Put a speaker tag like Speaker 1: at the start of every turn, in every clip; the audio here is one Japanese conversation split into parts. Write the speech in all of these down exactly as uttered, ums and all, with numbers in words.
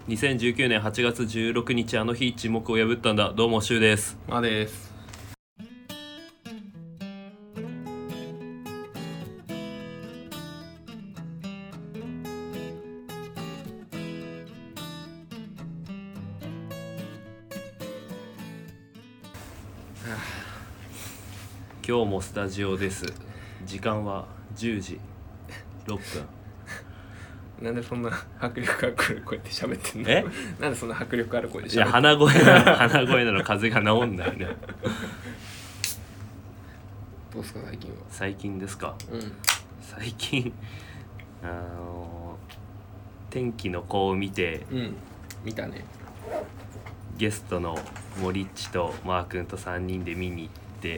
Speaker 1: にせんじゅうきゅうねんはちがつじゅうろくにち、あの日沈黙を破ったんだ。どうもシュウです。
Speaker 2: まあです。
Speaker 1: 今日もスタジオです。時間はじゅうじろっぷん。
Speaker 2: なんでそんな迫力ある声で喋ってんの？
Speaker 1: え？
Speaker 2: なんでそんな迫力ある声で喋ってんの？
Speaker 1: いや鼻声なの鼻声なの風邪が治んないね。
Speaker 2: どうすか最近は？
Speaker 1: 最近ですか？
Speaker 2: うん。
Speaker 1: 最近あの天気の子を見て、
Speaker 2: うん。見たね。
Speaker 1: ゲストのモリッチとマー君とさんにんで見に行って、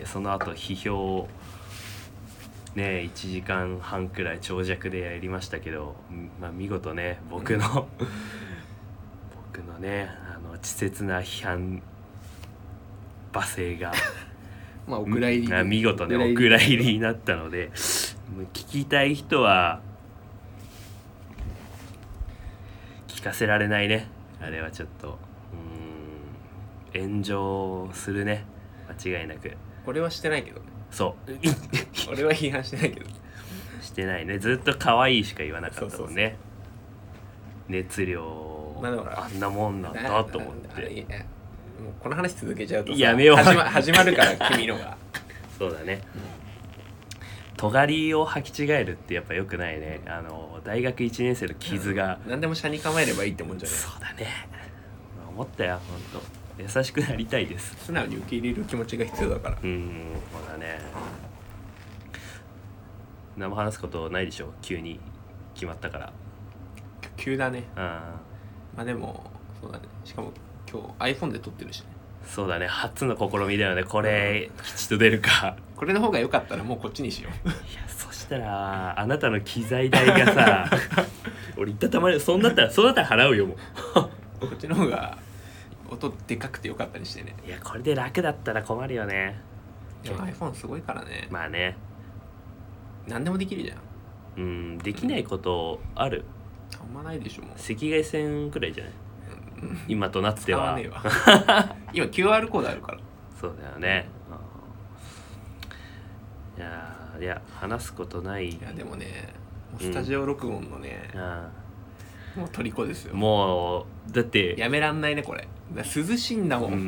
Speaker 1: その後批評をねいちじかんはんくらい長尺でやりましたけど、まあ、見事ね僕の、うん、僕のねあの稚拙な批判罵声が
Speaker 2: まあお蔵入り
Speaker 1: 見事ねお蔵入りになったので、聞きたい人は聞かせられないね。あれはちょっとうーん炎上するね、間違いなく。
Speaker 2: 俺はしてないけどね。
Speaker 1: そう
Speaker 2: 俺は批判してないけど
Speaker 1: してないね。ずっと可愛いしか言わなかったもんね。熱量、まあ、あんなもんなんだと思って。
Speaker 2: もうこの話続けちゃうとさ
Speaker 1: やめよう
Speaker 2: 始ま、始まるから君のが
Speaker 1: そうだね、うん、尖りを履き違えるってやっぱ良くないね。あの大学いちねん生の傷が、
Speaker 2: うん、何でも車に構えればいいってもんじゃない。
Speaker 1: そうだね、思ったよ。ほんと優しくなりたいです。
Speaker 2: 素直に受け入れる気持ちが必要だから。
Speaker 1: うん、そうだね。何も話すことないでしょ、急に決まったから。
Speaker 2: 急だね。
Speaker 1: うん、ま
Speaker 2: あでもそうだね。しかも今日 iPhone で撮ってるしね。
Speaker 1: そうだね、初の試みだよね。これ、うん、吉と出るか。
Speaker 2: これの方が良かったらもうこっちにしよう。
Speaker 1: いやそしたらあなたの機材代がさ俺言ったたまにそんだったらそうだったら払うよもう
Speaker 2: こっちの方が音でかくてよかったりしてね。
Speaker 1: いやこれで楽だったら困るよね。
Speaker 2: でも iPhone すごいからね。
Speaker 1: まあね、
Speaker 2: 何でもできるじゃん。
Speaker 1: うんできないことある、
Speaker 2: うん、あんまないでしょ。もう
Speaker 1: 赤外線くらいじゃない、うん、今となっては。
Speaker 2: 使わねえわ今 キューアール コードあるから。
Speaker 1: そうだよね、うん、いやいや話すことない。い
Speaker 2: やでもねもうスタジオ録音のね、うん、もう虜ですよ。
Speaker 1: もうだって
Speaker 2: やめらんないねこれ。涼しいんだもん、うん、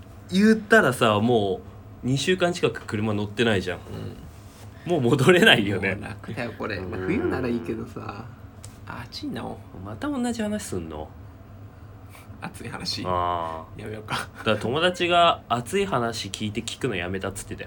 Speaker 1: 言ったらさもうにしゅうかん近く車乗ってないじゃん、うん、もう戻れないよね。
Speaker 2: もう楽だよこれ、まあ、冬ならいいけどさ暑いな。
Speaker 1: また同じ話すんの？
Speaker 2: 熱い話
Speaker 1: あ
Speaker 2: やめようか。
Speaker 1: だから友達が熱い話聞いて聞くのやめたっつってたよ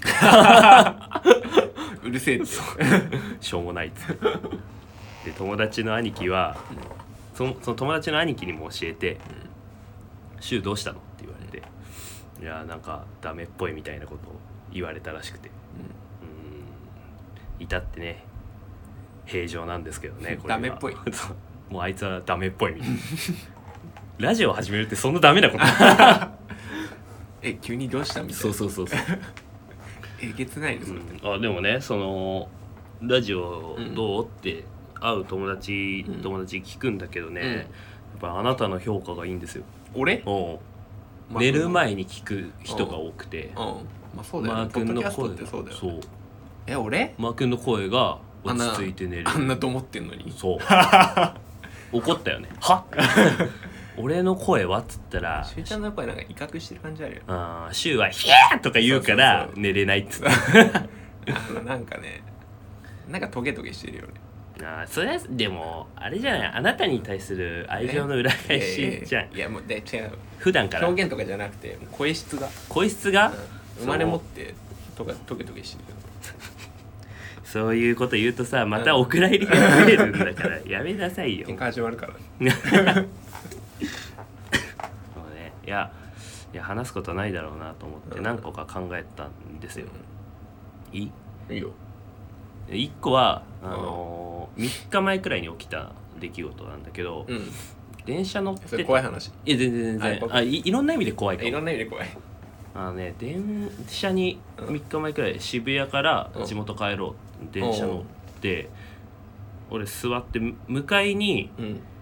Speaker 2: うるせえって
Speaker 1: しょうもないっつってで友達の兄貴は、うん、その、その友達の兄貴にも教えて「シュウどうしたの?」って言われて「いやなんかダメっぽい」みたいなことを言われたらしくて、うん、至ってね平常なんですけどねこれは。
Speaker 2: ダメっぽい
Speaker 1: もうあいつはダメっぽいみたいなラジオを始めるってそんなダメなこと
Speaker 2: え急にどうしたみたいな。
Speaker 1: そうそうそうそう
Speaker 2: えげつないです、うん、
Speaker 1: あでもねそのラジオどう、うん、って会う友達、うん、友達聞くんだけどね、うん、やっぱあなたの評価がいいんですよ。
Speaker 2: 俺？
Speaker 1: お寝る前に聞く人が多くて、
Speaker 2: うん、まあそうだよね。マー君の声ってそうだよね。そうえ俺？
Speaker 1: マー君の声が落ち着いて寝る。
Speaker 2: あんな、あんなと思ってんのに。
Speaker 1: そう怒ったよね。は俺の声はっつったら
Speaker 2: シュウちゃんの声なんか威嚇してる感じあるよ。
Speaker 1: ああシュウはヒャーとか言うから寝れないっつって
Speaker 2: あのなんかねなんかトゲトゲしてるよね。
Speaker 1: ああそれはでもあれじゃない、あなたに対する愛情の裏返しじゃん。
Speaker 2: いやもうで違う、
Speaker 1: 普段から
Speaker 2: 表現とかじゃなくて声質が
Speaker 1: 声質が、
Speaker 2: うん、生まれ持ってとかトゲトゲしてるよ
Speaker 1: そういうこと言うとさまたお蔵入りが増えるんだからやめなさいよ。
Speaker 2: 喧嘩始まるから
Speaker 1: そうね、いやいや話すことないだろうなと思って何個か考えたんですよ、うん、いい？
Speaker 2: いいよ。
Speaker 1: いっこはあのー、みっかまえくらいに起きた出来事なんだけど、うん、電車乗って
Speaker 2: それ怖い話？
Speaker 1: いや全然全然あ い, いろんな意味で怖いかも。
Speaker 2: いろんな意味で怖い。
Speaker 1: あのね電車にみっかまえくらい渋谷から地元帰ろう、うん、電車乗って、うん、俺座って向かいに、うん、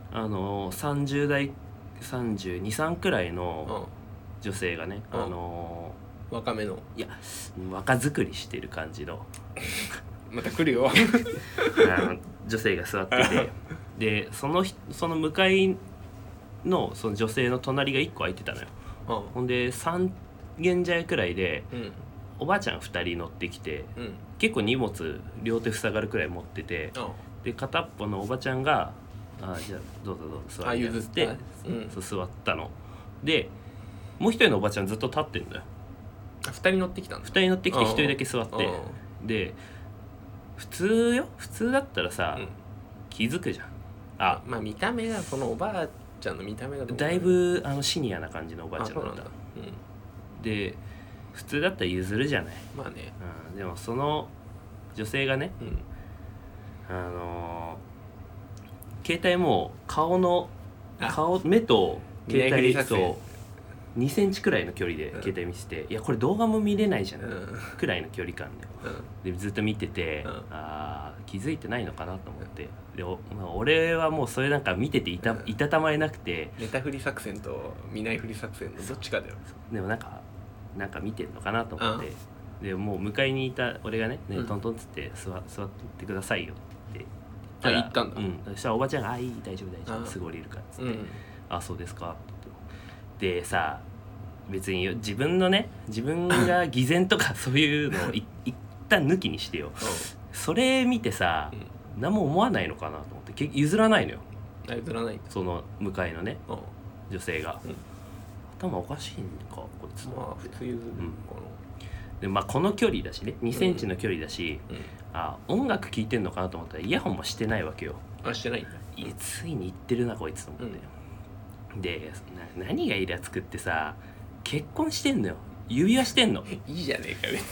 Speaker 1: あのさんじゅう代さんじゅうに、さんくらいの女性がね、
Speaker 2: うん
Speaker 1: あの
Speaker 2: 若めの
Speaker 1: いや若作りしてる感じの
Speaker 2: また来るよ
Speaker 1: あの女性が座っててでそのその向かいのその女性の隣がいっこ空いてたのよ。
Speaker 2: うん
Speaker 1: ほんで三軒茶屋くらいで
Speaker 2: うん
Speaker 1: おばあちゃんふたり乗ってきて
Speaker 2: うん
Speaker 1: 結構荷物両手塞がるくらい持ってて
Speaker 2: あ
Speaker 1: で片っぽのおばちゃんが「あじゃあどうぞどうぞ座
Speaker 2: あ
Speaker 1: りな」っつって
Speaker 2: 譲ったうん
Speaker 1: そう座ったのでもう一人のおばちゃんずっと立ってんだよ。
Speaker 2: あ二人乗ってきたんだ
Speaker 1: ふたり乗ってきて一人だけ座っ
Speaker 2: うん
Speaker 1: てで普通よ普通だったらさ、
Speaker 2: うん
Speaker 1: 気づくじゃん。あ
Speaker 2: まあ見た目がそのおばあちゃんの見た目がどう
Speaker 1: だいぶあのシニアな感じのおばあちゃんだった
Speaker 2: あそうなんだうん
Speaker 1: で普通だったら譲るじゃない、
Speaker 2: まあね
Speaker 1: うん、でもその女性がね
Speaker 2: うん
Speaker 1: あのー携帯もう顔の
Speaker 2: あ
Speaker 1: 顔目と携帯
Speaker 2: 見ないふり作戦
Speaker 1: そうにセンチくらいの距離で携帯見せて、いやこれ動画も見れないじゃん、
Speaker 2: うん
Speaker 1: くらいの距離感ででずっと見てて、
Speaker 2: うん
Speaker 1: あー気づいてないのかなと思ってで、おまあ、俺はもうそれなんか見てていた,、いたたまれなくて
Speaker 2: ネタ振り作戦と見ないふり作戦のどっちかだよ
Speaker 1: でもなんかなんか見てんのかなと思ってでもう向かいにいた俺がね「ね
Speaker 2: うん
Speaker 1: トントン」っつって座座ってくださいよって
Speaker 2: あ言ったんだ
Speaker 1: うんそしたらおばちゃんが「あいい大丈夫大丈夫
Speaker 2: あ
Speaker 1: すぐ降りるから」っつって
Speaker 2: うん
Speaker 1: 「あそうですか」ってでさ別によ自分のね自分が偽善とかそういうのをい一旦抜きにしてよそれ見てさ
Speaker 2: うん
Speaker 1: 何も思わないのかなと思って結局譲らないのよ
Speaker 2: あ譲らないんだ
Speaker 1: その向かいのね
Speaker 2: うん
Speaker 1: 女性が、
Speaker 2: うん
Speaker 1: 頭おかしいんかこいつ
Speaker 2: まあ普通譲る
Speaker 1: うん
Speaker 2: こ
Speaker 1: でまあこの距離だしねにセンチの距離だし、
Speaker 2: のうん
Speaker 1: あ音楽聴いてんのかなと思ったらイヤホンもしてないわけよ。
Speaker 2: あしてないんだ
Speaker 1: いやついに言ってるなこいつと思って、でな何がイラつくってさ結婚してんのよ指輪してんの
Speaker 2: いいじゃねえか別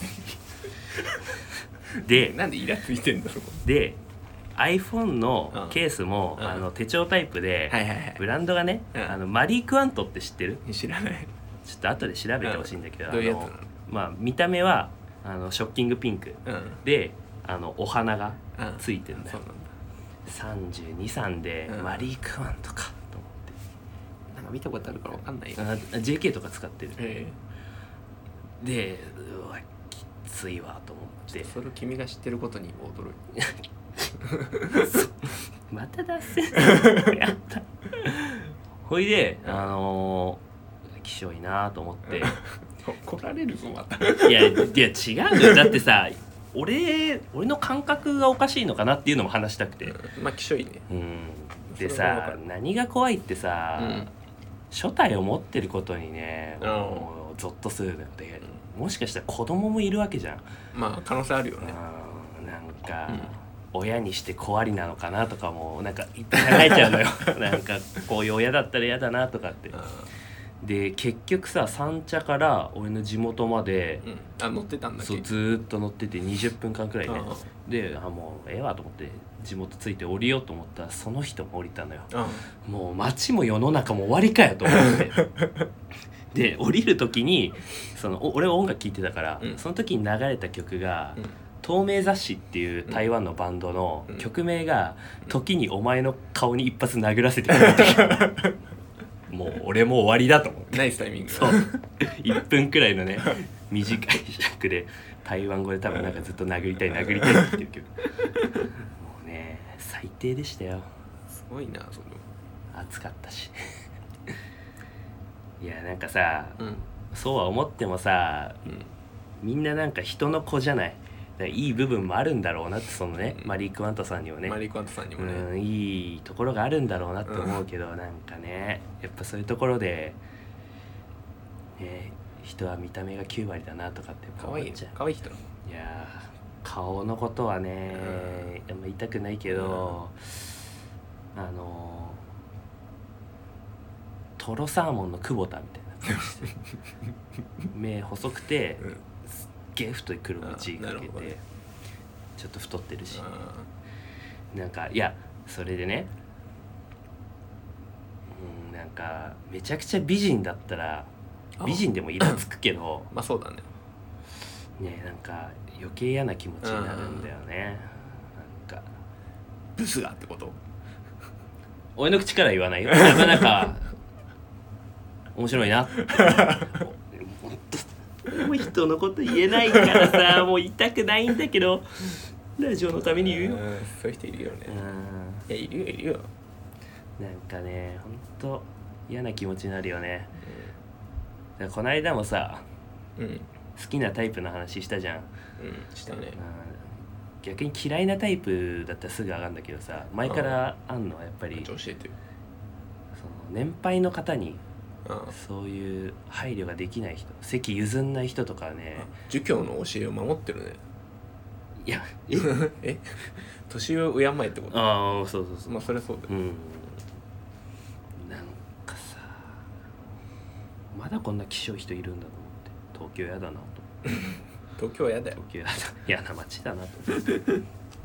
Speaker 2: に
Speaker 1: で
Speaker 2: なんでイラついてんだそこ
Speaker 1: で iPhone の
Speaker 2: うん
Speaker 1: ケースも、
Speaker 2: うん
Speaker 1: あの手帳タイプで、
Speaker 2: はいはいはい
Speaker 1: ブランドがね、
Speaker 2: うん
Speaker 1: あのマリー・クワントって知ってる？
Speaker 2: 知らない
Speaker 1: ちょっと後で調べてほしいんだけど、
Speaker 2: うんどういうやつ
Speaker 1: あのまあ見た目はあのショッキングピンク
Speaker 2: うん
Speaker 1: であのお花が
Speaker 2: うん
Speaker 1: ついてんだよ
Speaker 2: そうなんだ
Speaker 1: さんじゅうに、さんで
Speaker 2: うん
Speaker 1: マリー・クワントかと思
Speaker 2: なんか見たことあるからわかんないよ
Speaker 1: ってあ ジェーケー とか使ってる
Speaker 2: え
Speaker 1: でうわきついわと思って
Speaker 2: えそれを君が知ってることにも驚い
Speaker 1: また脱線やったほいであのー、きしょいなと思って
Speaker 2: た怒られるぞまた
Speaker 1: いやいや違うよだってさ俺俺の感覚がおかしいのかなっていうのも話したくて
Speaker 2: まあきしょいね
Speaker 1: うんで
Speaker 2: それはわか
Speaker 1: さ
Speaker 2: る
Speaker 1: 何が怖いってさ、
Speaker 2: うん
Speaker 1: 初体を持ってることにね
Speaker 2: うん
Speaker 1: もうゾッとするのよでもしかしたら子供もいるわけじゃん、
Speaker 2: まあ可能性あるよね
Speaker 1: うんなんか、
Speaker 2: うん
Speaker 1: 親にして子ありなのかなとかもなんかいっぱい考えちゃうのよなんかこういう親だったら嫌だなとかってで結局さ三茶から俺の地元まで
Speaker 2: うんあ乗ってたんだっけ
Speaker 1: そうずーっと乗っててにじゅっぷんかんくらいね
Speaker 2: うん
Speaker 1: であもうええわと思って地元着いて降りようと思ったらその人も降りたのよ
Speaker 2: うん
Speaker 1: もう街も世の中も終わりかよと思ってで降りる時にそのお俺は音楽聴いてたから、
Speaker 2: うん
Speaker 1: その時に流れた曲が「
Speaker 2: うん
Speaker 1: 透明雑誌」っていう台湾のバンドの
Speaker 2: うん
Speaker 1: 曲名が「時にお前の顔に一発殴らせてくれ」ってもう俺もう終わりだと思って
Speaker 2: ナイスタイミング
Speaker 1: そういっぷんくらいのね短い尺で台湾語で多分なんかずっと殴りたい殴りたいって言ってる曲もうね最低でしたよ
Speaker 2: すごいなそれ
Speaker 1: 暑かったしいやなんかさ
Speaker 2: うん
Speaker 1: そうは思ってもさ
Speaker 2: うん
Speaker 1: みんななんか人の子じゃないだからいい部分もあるんだろうなってそのね、
Speaker 2: うん
Speaker 1: マリー・クワントさんにもね
Speaker 2: マリー・クワントさんにもね
Speaker 1: うんいいところがあるんだろうなって思うけど、なんかねやっぱそういうところで、ね、人は見た目がきゅうわりだなとかって
Speaker 2: 可愛いね
Speaker 1: 思っちゃう
Speaker 2: 可愛い人
Speaker 1: いやー顔のことはね、あんま言いたくないけど、あのトロサーモンの久保田みたいな感じで目細くて
Speaker 2: うん
Speaker 1: すっげえ太い黒縁かけて、
Speaker 2: あなるほどね
Speaker 1: ちょっと太ってるし
Speaker 2: あ
Speaker 1: なんかいやそれでねうんなんかめちゃくちゃ美人だったら
Speaker 2: あ
Speaker 1: 美人でもイラつくけど
Speaker 2: まあそうだね
Speaker 1: ねなんか余計嫌な気持ちになるんだよねなんか
Speaker 2: ブスがってこと
Speaker 1: 俺の口から言わないよ。なかなか面白いなってほんともう人のこと言えないからさもう言いたくないんだけどラジオのために言うよ。
Speaker 2: そういう人いるよね。
Speaker 1: うん
Speaker 2: いやいるよいるよ。
Speaker 1: なんかねほんと嫌な気持ちになるよね。だからこの間もさ、
Speaker 2: うん、
Speaker 1: 好きなタイプの話したじゃん。
Speaker 2: うんしたね。
Speaker 1: 逆に嫌いなタイプだったらすぐ上がるんだけどさ、前からあんのはやっぱり
Speaker 2: 教えてよ。
Speaker 1: その年配の方に
Speaker 2: ああ
Speaker 1: そういう配慮ができない人、席譲んない人とかね。
Speaker 2: 儒教の教えを守ってるね。
Speaker 1: いやえ
Speaker 2: え年上を敬えってこと？
Speaker 1: ああそうそうそう。
Speaker 2: まあそりゃそうだよ。
Speaker 1: うんなんかさまだこんな希少い人いるんだと思って東京やだなと
Speaker 2: 東京はやだよ。
Speaker 1: 東京やだ嫌な街だなと思ってうん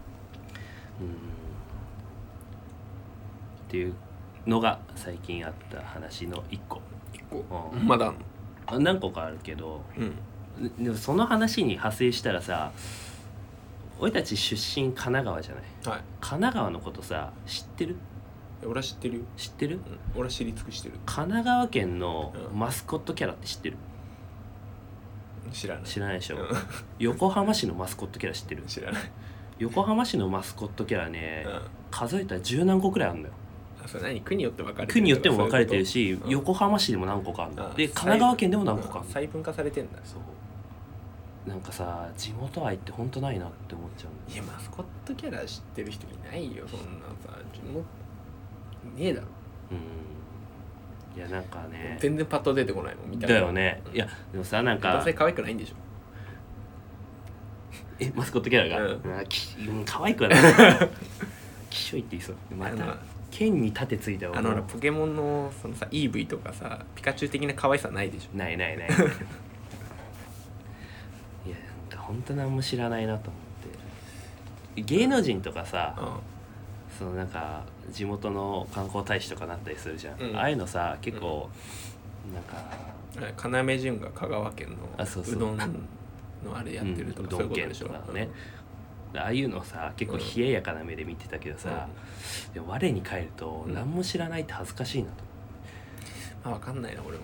Speaker 1: っていうのが最近あった話の一個。
Speaker 2: 一個、
Speaker 1: うん、
Speaker 2: まだあんの？
Speaker 1: あ何個かあるけど、
Speaker 2: うん、
Speaker 1: でもその話に派生したらさ、俺たち出身神奈川じゃない。
Speaker 2: はい。
Speaker 1: 神奈川のことさ知ってる？
Speaker 2: 俺は知ってるよ。
Speaker 1: 知ってる？
Speaker 2: うん、俺は知り尽くしてる。
Speaker 1: 神奈川県のマスコットキャラって知ってる？
Speaker 2: 知らない。
Speaker 1: 知らないでしょ、
Speaker 2: うん、
Speaker 1: 横浜市のマスコットキャラ知ってる？
Speaker 2: 知らない。
Speaker 1: 横浜市のマスコットキャラね、
Speaker 2: うん、
Speaker 1: 数えたら十何個くらいあるんだよ。
Speaker 2: あ、それ何？区によって分かれてる？
Speaker 1: 区によっても分かれてるし、
Speaker 2: うん、
Speaker 1: 横浜市でも何個かあるの、
Speaker 2: うん、
Speaker 1: で神奈川県でも何個かあるの。
Speaker 2: 細分化されてんだ。
Speaker 1: そうなんかさ地元愛ってほんとないなって思っちゃう。
Speaker 2: いやマスコットキャラ知ってる人いないよそんなさ。地元ねえだろ。
Speaker 1: うんいやなんかね
Speaker 2: 全然パッと出てこないもんみたいな。
Speaker 1: だよね。いやでもさなんか
Speaker 2: 男性可愛くないんでしょ？
Speaker 1: えマスコットキャラが、
Speaker 2: うん、
Speaker 1: あきうん可愛くはないきしょいって言いそう。また剣に盾ついたわ。
Speaker 2: あのポケモンのそのさ イーブイ とかさピカチュウ的な可愛さないでしょ？
Speaker 1: ないないないいやなんかほんと何も知らないなと思って。芸能人とかさ、うん、そのなんか地元の観光大使とかなったりするじゃん、うん、ああいうのさ結構、うん、なんか
Speaker 2: 要潤が香川県のうどんのあれやってるとか、
Speaker 1: うん、うどん県とかね、うん、ああいうのさ結構冷ややかな目で見てたけどさ、うん、でも我に返ると何も知らないって恥ずかしいなと、
Speaker 2: うん、まあ分かんないな俺も。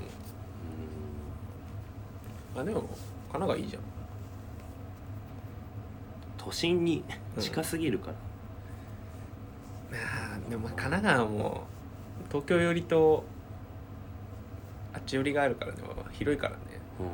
Speaker 2: うん、あでも神奈川いいじゃん。
Speaker 1: 都心に近すぎるから、
Speaker 2: うん、あでも神奈川も東京寄りとあっち寄りがあるからね広いからね。
Speaker 1: うん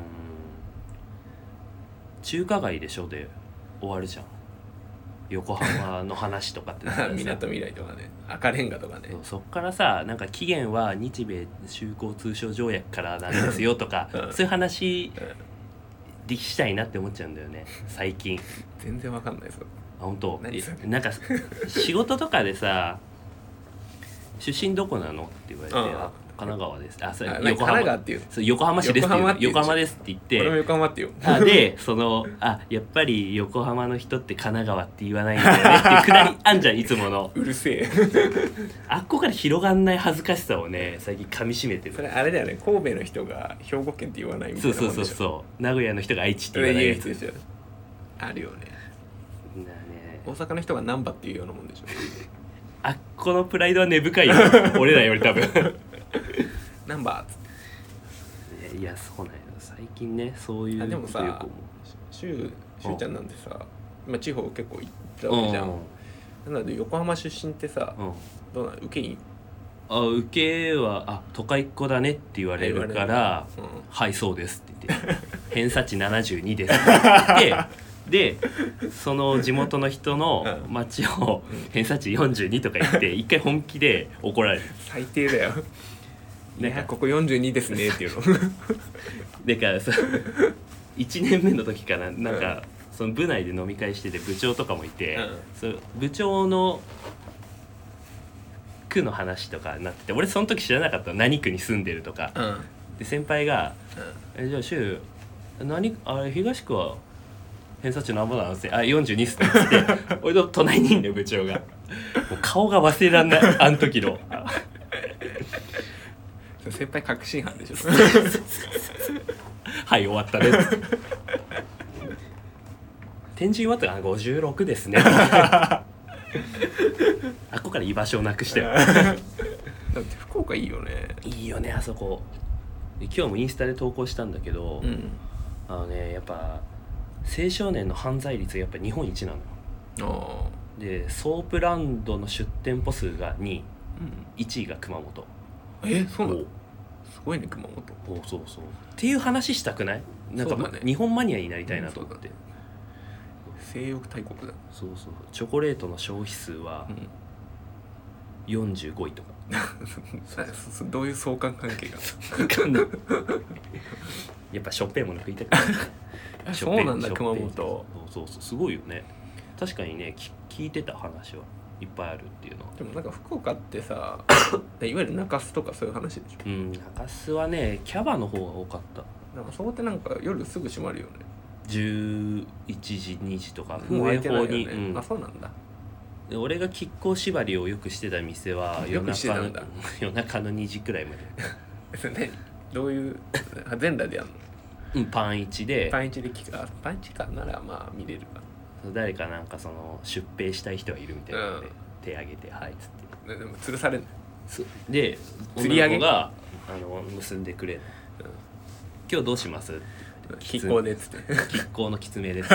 Speaker 1: 中華街でしょで終わるじゃん横浜の話とかって
Speaker 2: みなとみらいとかね赤レンガとかね。
Speaker 1: そ, そっからさなんか期限は日米修好通商条約からなんですよとか、うん、そういう話、うんでしたいなって思っちゃうんだよね最近。
Speaker 2: 全然わかんないですよ。
Speaker 1: あ本当なんか仕事とかでさ出身どこなのって言われて、あ神奈川です。あそれ横浜っていうそう横浜市ですっていう横浜ですって言って、
Speaker 2: 俺も横浜ってよ。
Speaker 1: あでそのあやっぱり横浜の人って神奈川って言わないんだよねっていうくだりあんじゃんいつもの。
Speaker 2: うるせえ
Speaker 1: あっこから広がんない恥ずかしさをね最近噛み締めてる。
Speaker 2: それあれだよね神戸の人が兵庫県って言わないみたいなもんでしょ。そうそうそう
Speaker 1: そう名古屋の人が愛知って言わないやつ
Speaker 2: でしょ。あるよね。ね大阪の人が難波っていうようなもんでしょ。
Speaker 1: あっこのプライドは根深いよ俺らより多分
Speaker 2: ナンバーっつって。
Speaker 1: いやそうなんや最近ねそういう
Speaker 2: でもさ
Speaker 1: よく思う。
Speaker 2: しゅうしゅうちゃんなんてさ今地方結構行ったわけじゃん。なので横浜出身ってさどうなの受けいい？
Speaker 1: あ受けはあ都会っ子だねって言われるから「うん、はいそうです」って言って「偏差値ななじゅうにです」って言ってでその地元の人の町を偏差値よんじゅうにとか言って一回本気で怒られる。
Speaker 2: 最低だよ。ねここよんじゅうにですねっていうの
Speaker 1: だからさいちねんめの時かななんか、うん、その部内で飲み会してて部長とかもいて、うん、その部長の区の話とかになってて俺その時知らなかった何区に住んでるとか、うん、で先輩が「うん、えじゃあ柊何あれ東区は偏差値何ぼなんですよあよんじゅうにっすね」って俺の隣にいんだよ部長がもう顔が忘れらんないあの時の
Speaker 2: 先輩確信犯でしょ
Speaker 1: はい終わったね天神はってあごじゅうろくですねあっこから居場所をなくして
Speaker 2: 岡いいよね。
Speaker 1: いいよねあそこ。で今日もインスタで投稿したんだけど、
Speaker 2: うん。
Speaker 1: あのねやっぱ青少年の犯罪率がやっぱ日本一なのよ。
Speaker 2: あ
Speaker 1: でソープランドの出店舗数がにい、
Speaker 2: あ。
Speaker 1: いちいが熊本。
Speaker 2: うん。え、そうなの？
Speaker 1: お
Speaker 2: すごいね熊本。
Speaker 1: おそうそうっていう話したくない？なんか、
Speaker 2: そうだね
Speaker 1: 日本マニアになりたいなと思って、
Speaker 2: うん性欲大国だ。
Speaker 1: そうそうチョコレートの消費数は
Speaker 2: うん。
Speaker 1: よんじゅうごいとか
Speaker 2: そどういう相関関係が？
Speaker 1: 分かんないやっぱしょっぺいもの食いたくない
Speaker 2: あ
Speaker 1: しょっぺい
Speaker 2: そうなんだ
Speaker 1: しょっぺい
Speaker 2: 熊本。
Speaker 1: そうそうそうすごいよね。確かにねき聞いてた話はいっぱいあるっていうのは。
Speaker 2: でもなんか福岡ってさいわゆる中洲とかそういう話でしょ。
Speaker 1: うん中洲はねキャバの方が多かった
Speaker 2: なんかそこってなんか夜すぐ閉まるよね。
Speaker 1: じゅういちじにじとか
Speaker 2: もう開いてないよ
Speaker 1: に、
Speaker 2: ね。
Speaker 1: うん
Speaker 2: あ、そうなんだ。
Speaker 1: で俺が亀甲縛りをよくしてた店は
Speaker 2: よ
Speaker 1: 夜中の
Speaker 2: くしてたんだ
Speaker 1: 夜中のにじくらいまで
Speaker 2: それねどういうあ全裸でやんの？
Speaker 1: うんパンいちで
Speaker 2: パンイチで聞く。あ、パンイチかならまあ見れるか。
Speaker 1: 誰かなんかその出兵したい人がいるみたいなので、
Speaker 2: うん
Speaker 1: 手挙げてはいっつって
Speaker 2: ででも吊るされんの。
Speaker 1: すで
Speaker 2: 釣り上げ
Speaker 1: 女の子があの結んでくれる、
Speaker 2: うん
Speaker 1: 今日どうします？
Speaker 2: 飛行でっつって
Speaker 1: 亀甲の狐です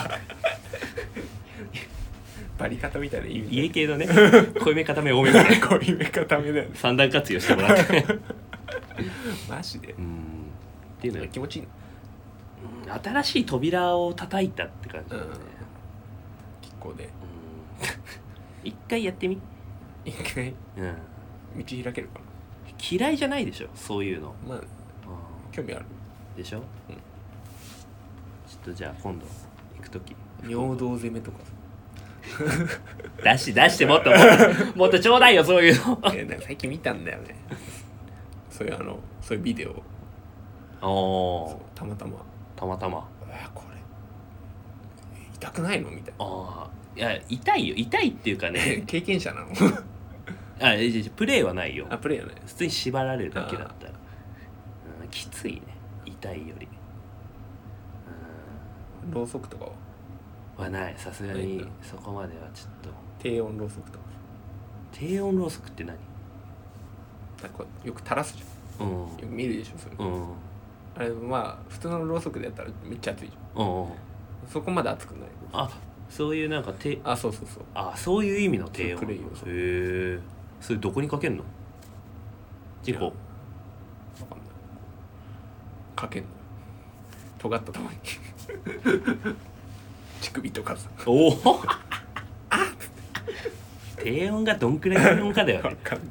Speaker 2: バリカタみたいな意味
Speaker 1: 家系のね濃いめ固め多めみたいな
Speaker 2: こういう固めだよね。
Speaker 1: 三段活用してもらって
Speaker 2: マジで
Speaker 1: うんっていうのが
Speaker 2: 気持ちいいの。
Speaker 1: うん新しい扉を叩いたって感じだよね、
Speaker 2: 飛行で
Speaker 1: うん一回やってみ、
Speaker 2: 一回
Speaker 1: うん、
Speaker 2: 道開けるか
Speaker 1: 嫌いじゃないでしょそういうの、
Speaker 2: な。まあ
Speaker 1: う
Speaker 2: 興味ある。
Speaker 1: ん、でしょ、
Speaker 2: うん
Speaker 1: ちょっとじゃあ今度行く時
Speaker 2: 尿道攻めとか
Speaker 1: 出し出してもっともっともっとちょうだいよそういうの
Speaker 2: さいやなんか最近見たんだよね。そういうあのそういうビデオを
Speaker 1: おー
Speaker 2: たまたま
Speaker 1: たまたま
Speaker 2: あこれ痛くないのみたいな。
Speaker 1: ああいや痛いよ痛いっていうかね
Speaker 2: 経験者なの
Speaker 1: あいやいやプレイはないよ
Speaker 2: あプレイやね。
Speaker 1: 普通に縛られるだけだったら、うん、きついね痛いより、
Speaker 2: ろうそくとかは
Speaker 1: うん、はないさすがに
Speaker 2: ないんだ
Speaker 1: そこまではちょっと
Speaker 2: 低温ろうそくとか
Speaker 1: 低温ろうそくって何？
Speaker 2: なんかよく垂らすじゃん。
Speaker 1: うん
Speaker 2: よく見るでしょそれ。
Speaker 1: うん
Speaker 2: あれまあ普通のろうそくでやったらめっちゃ熱いじゃ
Speaker 1: うんうん
Speaker 2: ん。そこまで熱くない。
Speaker 1: あそういうなんか低
Speaker 2: あそうそうそう。
Speaker 1: あそういう意味の低温
Speaker 2: そうプレイをそう
Speaker 1: へえそれどこにかけんの？事故
Speaker 2: わかんない。かけんの。尖ったとこに乳首とかさ。
Speaker 1: おお低温がどんくらいの低温かだよね
Speaker 2: わかんない。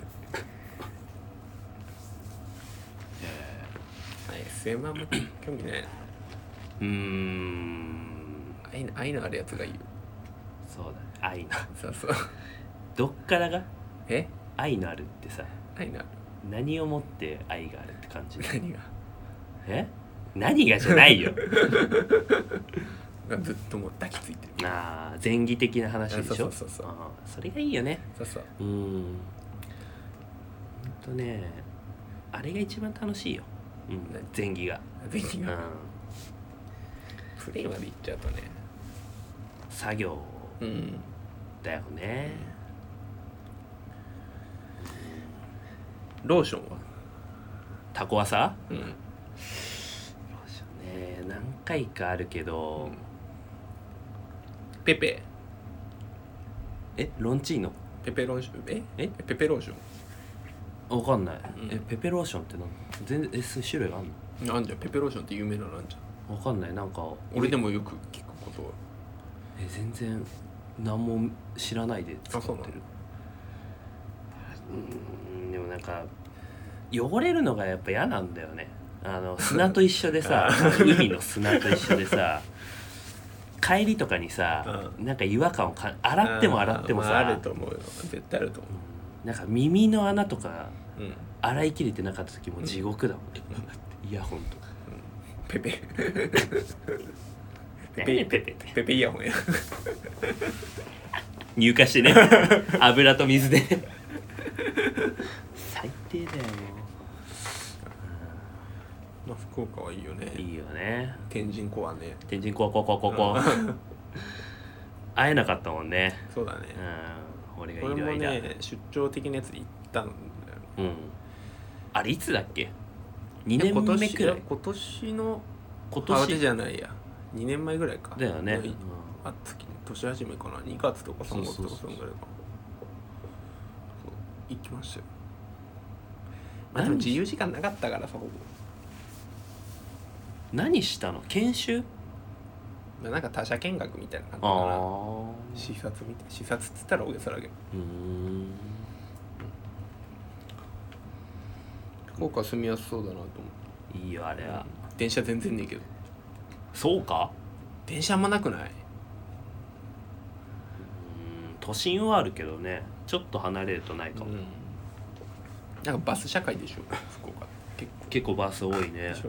Speaker 2: エスエム はもう興味ない。
Speaker 1: うーん
Speaker 2: 愛の愛のあるやつがいいよ。
Speaker 1: そうだね愛の
Speaker 2: そうそう。
Speaker 1: どっからが
Speaker 2: え
Speaker 1: 愛のあるってさ
Speaker 2: 愛のある。
Speaker 1: 何をもって愛があるって感じ
Speaker 2: 何が
Speaker 1: え何がじゃないよ
Speaker 2: がずっともう抱きついてる。
Speaker 1: ああ前儀的な話でしょ。
Speaker 2: そうそうそうそう
Speaker 1: あーそれがいいよね。
Speaker 2: そうそう。
Speaker 1: うーんほんとねあれが一番楽しいよ、うん、前儀が、うん、
Speaker 2: ぜひがプレイまで行っちゃうとね。
Speaker 1: 作業
Speaker 2: うん。
Speaker 1: だよね、
Speaker 2: ローションは
Speaker 1: タコワサ
Speaker 2: うん。
Speaker 1: ね何回かあるけど、
Speaker 2: ペペ
Speaker 1: えロンチーノ
Speaker 2: ペペローションえ
Speaker 1: え
Speaker 2: ペペローショ
Speaker 1: わかんない、
Speaker 2: うん
Speaker 1: えペペローションって何全然えそういう種類あんの
Speaker 2: ンなんじゃんペペローションって有名なのなんじゃん。
Speaker 1: わかんないなんか
Speaker 2: 俺でもよく聞くことは。
Speaker 1: え全然何も知らないで使ってる
Speaker 2: あそうなの
Speaker 1: うーんでもなんか汚れるのがやっぱ嫌なんだよねあの砂と一緒でさ海の砂と一緒でさ帰りとかにさ、なんか違和感をか洗っても洗ってもさ、
Speaker 2: まあ、あると思うよ。絶対あると思
Speaker 1: うんなんか耳の穴とか
Speaker 2: う。うん。
Speaker 1: 洗い切れてなかった時も地獄だもん、イヤホンとか
Speaker 2: ペペ
Speaker 1: ペペペペ
Speaker 2: ペペイヤホンや。
Speaker 1: 乳化してね油と水で最低だよ
Speaker 2: まあ福岡はいいよね。
Speaker 1: いいよね
Speaker 2: 天神コアね。
Speaker 1: 天神コアコアコアコアコア会えなかったもんね
Speaker 2: そうだね。
Speaker 1: うん俺がい
Speaker 2: 俺も
Speaker 1: る間
Speaker 2: ね出張的なやつで行ったんだよ。
Speaker 1: うんあれいつだっけにねんめくらい
Speaker 2: 今年の
Speaker 1: 今
Speaker 2: 年
Speaker 1: 年
Speaker 2: じゃないやにねんまえぐらいか
Speaker 1: だよね、うん、
Speaker 2: あ月年始めかなにがつとかさんがつとかそんぐらいかそう行きましたよ。まあでも自由時間なかったからさほぼ
Speaker 1: 何したの研修
Speaker 2: まあなんか他者見学みたいな感じ
Speaker 1: あ
Speaker 2: かな
Speaker 1: あ
Speaker 2: 視察みたい視察っつったら大げさだけど
Speaker 1: うーん
Speaker 2: 福岡住みやすそうだなと思って
Speaker 1: いいよあれは、
Speaker 2: 電車全然ねえけど
Speaker 1: そうか
Speaker 2: 電車あんまなくない？
Speaker 1: うーん都心はあるけどねちょっと離れるとないかも、
Speaker 2: うんなんかバス社会でしょ福岡結構
Speaker 1: 結構バス多いね
Speaker 2: でしょ
Speaker 1: うん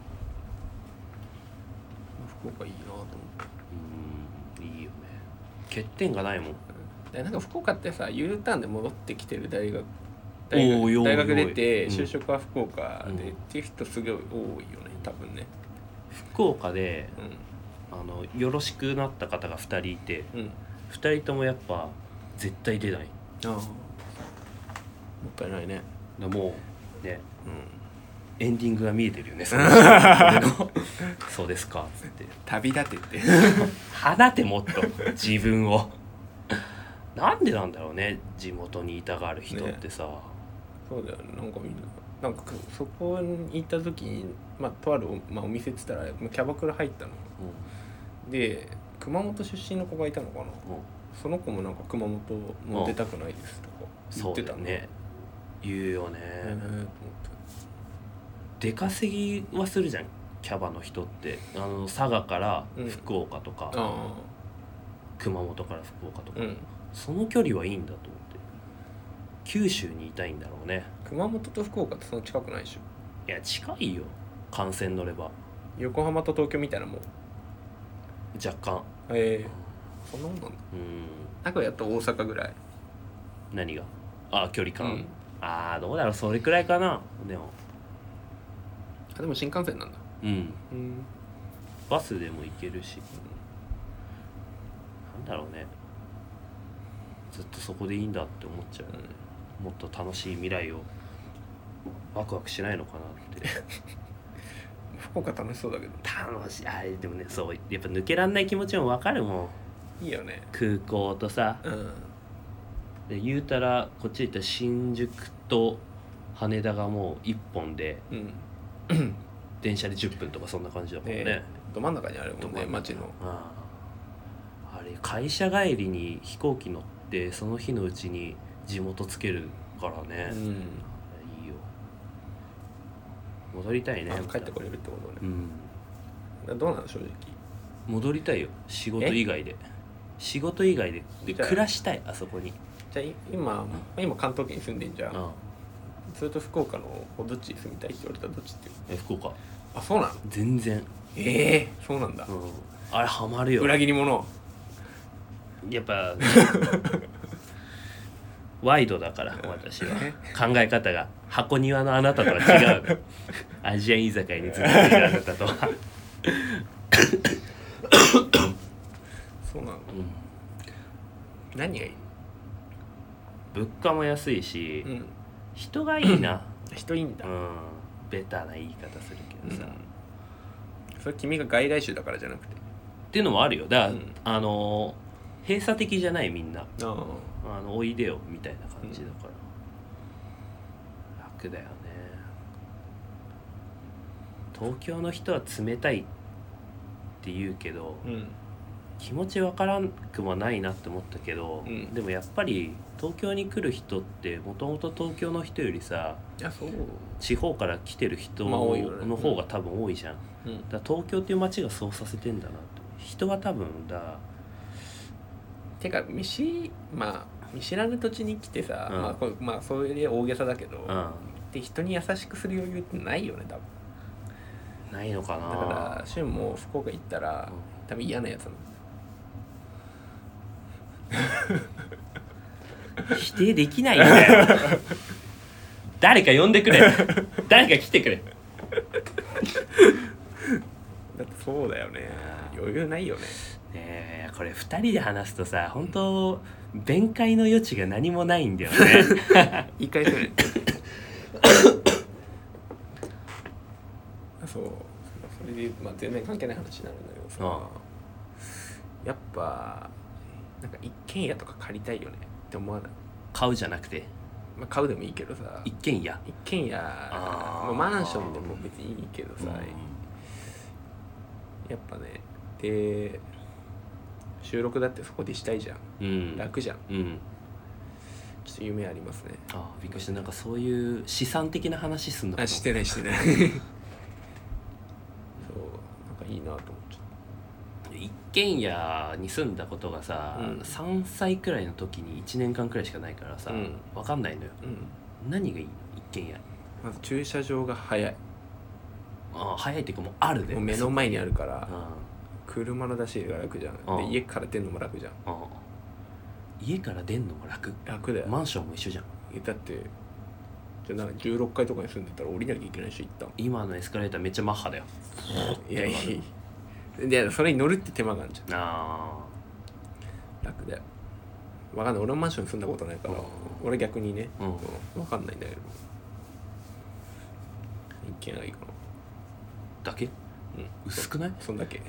Speaker 2: 福岡いいなと思って
Speaker 1: うんいいよね欠点がないもん
Speaker 2: でなんか福岡ってさ U ターンで戻ってきてる大学
Speaker 1: おーよい
Speaker 2: 大学大学出て
Speaker 1: うん
Speaker 2: 就職は福岡で、
Speaker 1: うん
Speaker 2: っていう人すごい多いよね多分ね
Speaker 1: 福岡で
Speaker 2: う
Speaker 1: あのよろしくなった方がふたりいて
Speaker 2: んうん
Speaker 1: ふたりともやっぱ絶対出ない
Speaker 2: ああもったいないね
Speaker 1: だもうね
Speaker 2: うん
Speaker 1: エンディングが見えてるよねその人俺のそうですかっつって
Speaker 2: 旅立てって
Speaker 1: 放てもっと自分をなんでなんだろうね地元にいたがる人ってさ、
Speaker 2: そうだよねなんかみんななんかそこに行った時にまあとあるお、まあ、お店っつったらまあキャバクラ入ったので熊本出身の子がいたのかな
Speaker 1: うんうん、
Speaker 2: その子もなんか熊本も出たくないですとか言
Speaker 1: そう
Speaker 2: ってた
Speaker 1: だよね言うよね、
Speaker 2: へえと思って
Speaker 1: 出稼ぎはするじゃんキャバの人ってあの佐賀から福岡とか、
Speaker 2: あ
Speaker 1: 熊本から福岡とか、
Speaker 2: あうん
Speaker 1: その距離はいいんだと思って九州にいたいんだろうね。
Speaker 2: 熊本と福岡ってその近くないでしょ。
Speaker 1: いや近いよ幹線乗れば
Speaker 2: 横浜と東京みたいなもん。
Speaker 1: 若干
Speaker 2: ええー、そんなもんなんだ。
Speaker 1: うん
Speaker 2: 名古屋と大阪ぐらい。
Speaker 1: 何があ距離感、
Speaker 2: うん
Speaker 1: ああどうだろうそれくらいかな。でも
Speaker 2: あでも新幹線なんだ。
Speaker 1: うん
Speaker 2: うん
Speaker 1: バスでも行けるし、なんだろうねずっとそこでいいんだって思っちゃう、ねもっと楽しい未来をワクワクしないのかなって
Speaker 2: 福岡楽しそうだけど。
Speaker 1: 楽しいあれでもねそうやっぱ抜けらんない気持ちもわかるもん。
Speaker 2: いいよね。
Speaker 1: 空港とさ
Speaker 2: うん
Speaker 1: で言うたらこっち行ったら新宿と羽田がもういっぽんで
Speaker 2: うん
Speaker 1: 電車でじゅっぷんとかそんな感じだもんね、
Speaker 2: ねど真ん中にあるもんね
Speaker 1: ど真ん中
Speaker 2: 街の。
Speaker 1: あああれ会社帰りに飛行機乗ってその日のうちに地元つけるからね、
Speaker 2: うん
Speaker 1: いいよ戻りたいね
Speaker 2: あ帰ってこれるってこと
Speaker 1: う
Speaker 2: ね。
Speaker 1: ん
Speaker 2: どうなの正直。
Speaker 1: 戻りたいよ仕事以外で仕事以外でで
Speaker 2: じゃあ
Speaker 1: 暮らしたいあそこに
Speaker 2: じゃあい今今関東圏に住んでんじゃん。
Speaker 1: あ
Speaker 2: それと福岡のどっちに住みたいって言われたらどっちって言う？
Speaker 1: え福岡
Speaker 2: あそうなの？
Speaker 1: 全然、
Speaker 2: ええそうなんだ
Speaker 1: う。ん、あれハマるよ
Speaker 2: 裏切り者。
Speaker 1: やっぱワイドだから私は考え方が箱庭のあなたとは違うアジアン居酒屋にずっといるあなたとは、
Speaker 2: そうなの。
Speaker 1: うん、
Speaker 2: 何がいい？
Speaker 1: 物価も安いし、
Speaker 2: うん。
Speaker 1: 人がいいな、
Speaker 2: 人いいんだ。
Speaker 1: うん、ベタな言い方するけどさ、
Speaker 2: うんそれ君が外来種だからじゃなくて。
Speaker 1: っていうのもあるよだから、
Speaker 2: うん
Speaker 1: あの閉鎖的じゃないみんな
Speaker 2: あ
Speaker 1: あのおいでよみたいな感じだから、楽だよね。東京の人は冷たいって言うけど、
Speaker 2: うん。
Speaker 1: 気持ちわからんくもないなって思ったけど、
Speaker 2: うん
Speaker 1: でもやっぱり東京に来る人ってもともと東京の人よりさ
Speaker 2: いやそう。
Speaker 1: 地方から来てる人
Speaker 2: まあ多いよね
Speaker 1: の方が多分多いじゃん、
Speaker 2: うん。
Speaker 1: だから東京っていう街がそうさせてんだなって人は多分だ
Speaker 2: てか見しまあ見知らぬ土地に来てさ、
Speaker 1: うん
Speaker 2: まあこれまあそれで大げさだけど、
Speaker 1: うん
Speaker 2: で人に優しくする余裕ってないよね多分。
Speaker 1: ないのかな。
Speaker 2: だから俊も福岡行ったら、
Speaker 1: うん
Speaker 2: 多分嫌なやつなの。
Speaker 1: 否定できないんだよ誰か呼んでくれ誰か来てくれ
Speaker 2: だってそうだよね。余裕ないよね。
Speaker 1: ねえこれふたりで話すとさ本当弁解の余地が何もないんだよね
Speaker 2: 言い返せない。 そうそれで、まあ、全然関係ない話になるんだけどさ、
Speaker 1: あ
Speaker 2: やっぱなんか一軒家とか借りたいよねって思わない？
Speaker 1: 買うじゃなくて
Speaker 2: まあ、買うでもいいけどさ、
Speaker 1: 一軒家。
Speaker 2: 一軒家
Speaker 1: あー
Speaker 2: まあ、マンションでも別にいいけどさ、
Speaker 1: うん
Speaker 2: やっぱねで収録だってそこでしたいじゃん、
Speaker 1: うん
Speaker 2: 楽じゃん。
Speaker 1: うん
Speaker 2: ちょっと夢ありますね。
Speaker 1: あびっくりした。なんかそういう資産的な話すんのかな。
Speaker 2: あしてないしてないそうなんかいいなと思っちゃっ
Speaker 1: 一軒家に住んだことがさ、
Speaker 2: うん
Speaker 1: さんさいくらいの時にいちねんかんくらいしかないからさ、
Speaker 2: うん
Speaker 1: 分かんないのよ。
Speaker 2: た、うん、
Speaker 1: 何がいいの一軒家。
Speaker 2: まず駐車場が早い。
Speaker 1: あ早いっていうかもうあるで
Speaker 2: もう目の前にあるから
Speaker 1: あ
Speaker 2: 車の出し入れが楽じゃん。
Speaker 1: うん
Speaker 2: で家から出るのも楽じゃん。
Speaker 1: あ家から出んのも楽。
Speaker 2: 楽だよ。
Speaker 1: マンションも一緒じゃん。
Speaker 2: えだってじゃあなんかじゅうろっかいとかに住んでたら降りなきゃいけないし一旦。
Speaker 1: 今のエスカレーターめっちゃマッハだよ。
Speaker 2: いやいやいやいやそれに乗るって手間があるじゃん。
Speaker 1: あ
Speaker 2: 楽だよ。わかんない俺もマンションに住んだことないから、
Speaker 1: うん
Speaker 2: 俺逆にね、
Speaker 1: うん
Speaker 2: うん、わかんないんだけど一軒家がいいかな。
Speaker 1: だけ
Speaker 2: うん
Speaker 1: 薄くない？
Speaker 2: そんだけ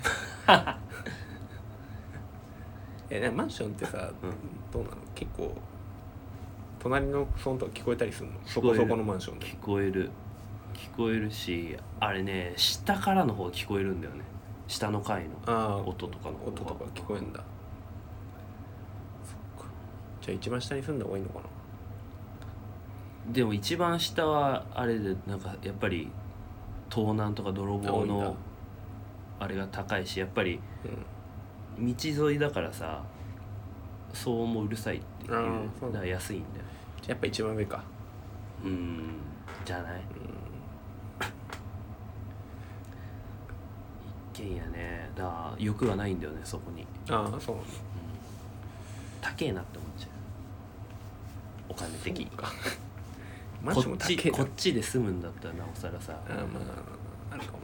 Speaker 2: えなんかマンションってさ、
Speaker 1: うん
Speaker 2: どうなの？結構隣の騒音とか聞こえたりするの？そ
Speaker 1: 聞こえる
Speaker 2: こそこのマンションで。
Speaker 1: 聞こえる聞こえるし、あれね下からの方聞こえるんだよね。下の階の
Speaker 2: ああ
Speaker 1: 音とかの方が
Speaker 2: 音とか聞こえるんだ。そっか。じゃあ一番下に住んだ方がいいのかな？
Speaker 1: でも一番下はあれでなんかやっぱり盗難とか泥棒
Speaker 2: 多いんだ
Speaker 1: のあれが高いし、やっぱり
Speaker 2: うん。
Speaker 1: 道沿いだからさ騒音もうるさいっていう
Speaker 2: あーそう
Speaker 1: だから安いんだよ。
Speaker 2: じゃあやっぱ一番上か。
Speaker 1: うんじゃない
Speaker 2: うん。
Speaker 1: 一軒家ねだから欲がないんだよねそこに。
Speaker 2: ああそうなんだ。
Speaker 1: 高えなって思っちゃうお金的に。
Speaker 2: そうかマンションも
Speaker 1: こっち
Speaker 2: 高いな。
Speaker 1: こっちで住むんだったらなおさらさ。
Speaker 2: ああまああるかも。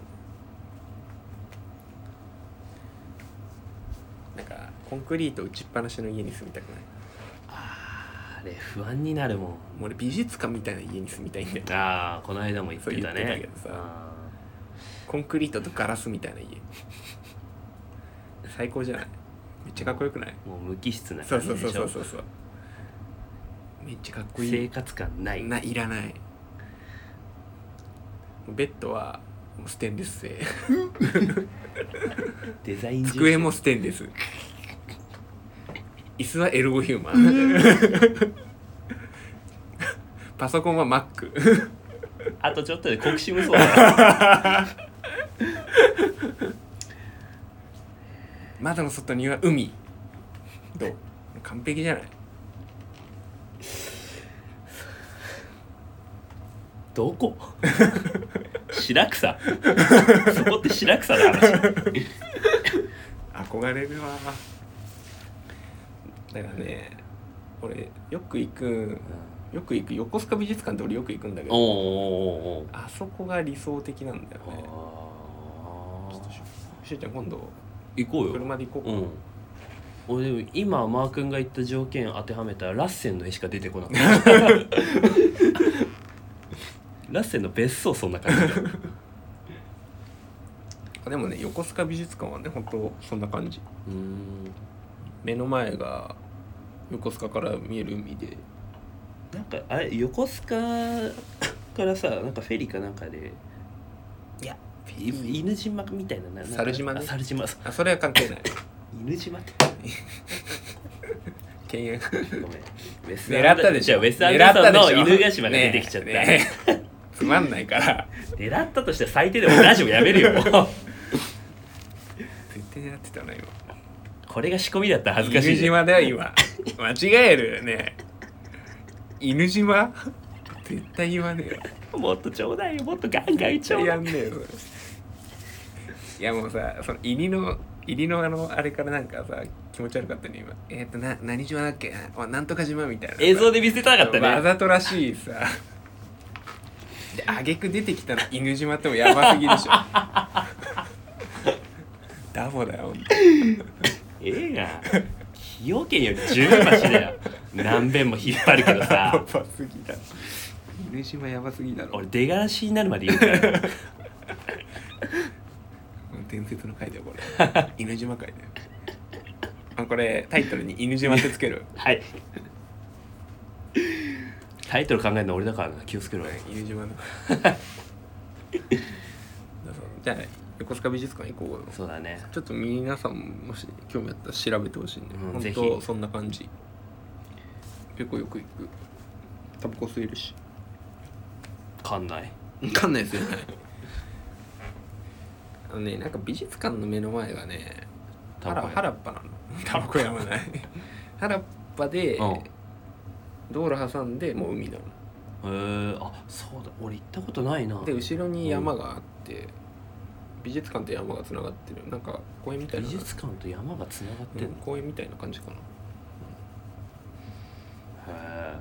Speaker 2: なんかコンクリート打ちっぱなしの家に住みたくない？
Speaker 1: あーあれ不安になるもん。
Speaker 2: もう俺美術館みたいな家に住みたいんだよ。
Speaker 1: ああこの間も言ってたね。
Speaker 2: そう言ってたけどさ
Speaker 1: あ
Speaker 2: コンクリートとガラスみたいな家最高じゃない？めっちゃかっこよくない？
Speaker 1: ーもう無機質な
Speaker 2: そうそう
Speaker 1: 感じでしょ。
Speaker 2: そうそうそうそうめっちゃかっこいい。
Speaker 1: 生活感ない。
Speaker 2: ないらない。ベッドはもうステンレス製
Speaker 1: デザイン重視
Speaker 2: 机もステンレス、椅子はエルゴヒューマンパソコンはマック
Speaker 1: あとちょっとで国士無双だ
Speaker 2: 窓の外には海。どう？完璧じゃない？
Speaker 1: どこ白草そこって白草の話
Speaker 2: 憧れるわ。だからね俺よく行くよく行く横須賀美術館って俺よく行くんだけど、
Speaker 1: おーおーおーおー
Speaker 2: あそこが理想的なんだよね。
Speaker 1: あ
Speaker 2: ちょっとししゅうちゃん今度
Speaker 1: 行こうよ。
Speaker 2: 車で行こうか。
Speaker 1: うん俺でも今マー君が言った条件当てはめたらラッセンの絵しか出てこなかったラッセンの別荘そんな感じだ
Speaker 2: あでもね横須賀美術館はね本当そんな感じ。
Speaker 1: うーん
Speaker 2: 目の前が横須賀から見える海で、
Speaker 1: なんかあれ横須賀からさなんかフェリーかなんかで
Speaker 2: いや
Speaker 1: い犬島みたいなななんか
Speaker 2: 猿島ね
Speaker 1: あ猿島
Speaker 2: あそれは関係ない
Speaker 1: 犬島って
Speaker 2: 敬遠
Speaker 1: ごめんウェス
Speaker 2: 狙ったでしょ。
Speaker 1: じゃあウェスアンダーソンの犬ヶ島が
Speaker 2: ね
Speaker 1: 出てきちゃった、
Speaker 2: ねつまんないから
Speaker 1: 狙ったとして最低でもラジオやめるよもう
Speaker 2: 絶対狙ってたな今。
Speaker 1: これが仕込みだったら恥ずかしい、
Speaker 2: 犬島だよ今間違えるね。犬島絶対言わねえよ。
Speaker 1: もっとちょうだいよもっとガンガンちょうだい
Speaker 2: やんねえよそれ。いやもうさその入りの入りのあのあれからなんかさ気持ち悪かったね今。えっ、ー、とな何島だっけあなんとか島みたいな
Speaker 1: 映像で見せたかったね
Speaker 2: わざとらしいさで挙句出てきたの犬島ってもやばすぎでしょダボだよほんと。
Speaker 1: ええが崎陽軒より十分マシだよ何遍も引っ張るけど
Speaker 2: や
Speaker 1: さ
Speaker 2: ばすぎだ。犬島やばすぎだろ。
Speaker 1: 俺出がらしになるまで言うから
Speaker 2: 伝説の回だよこれ犬島回だよあこれタイトルに犬島ってつける
Speaker 1: はいタイトル考えるの俺だからな、気をつけろよ
Speaker 2: 犬島のじゃあ横須賀美術館行こうよ。
Speaker 1: そうだね。
Speaker 2: ちょっと皆さんもし興味あったら調べてほしいんで、
Speaker 1: うん、
Speaker 2: 本
Speaker 1: ぜひ
Speaker 2: 当そんな感じ。結構よく行く。タバコ吸えるし。
Speaker 1: かんない
Speaker 2: かんないですよねあのね、なんか美術館の目の前がね原原っぱなの。タバコやまない原っぱで、うん、道路挟んでもう海なの。
Speaker 1: へえ、あ、そうだ、俺行ったことないな。
Speaker 2: で後ろに山があって、うん、美術館と山がつながってる、なんか公園みたいな。
Speaker 1: 美術館と山がつながってる、うん、
Speaker 2: 公園みたいな感じかな、
Speaker 1: うん、へえ。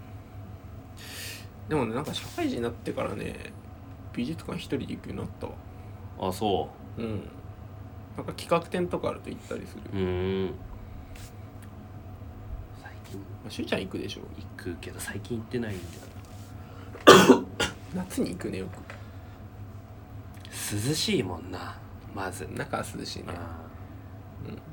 Speaker 2: でもね、なんか社会人になってからね美術館一人で行くようになったわ。
Speaker 1: あ、そう。
Speaker 2: うん。なんか企画展とかあると行ったりする。
Speaker 1: うーん。最近、
Speaker 2: まあ、しゅうちゃん行くでしょ。
Speaker 1: 行くけど最近行ってないんだよ
Speaker 2: 夏に行くね、よく。
Speaker 1: 涼しいもんな、まず。
Speaker 2: 中は涼しいね。うん。よ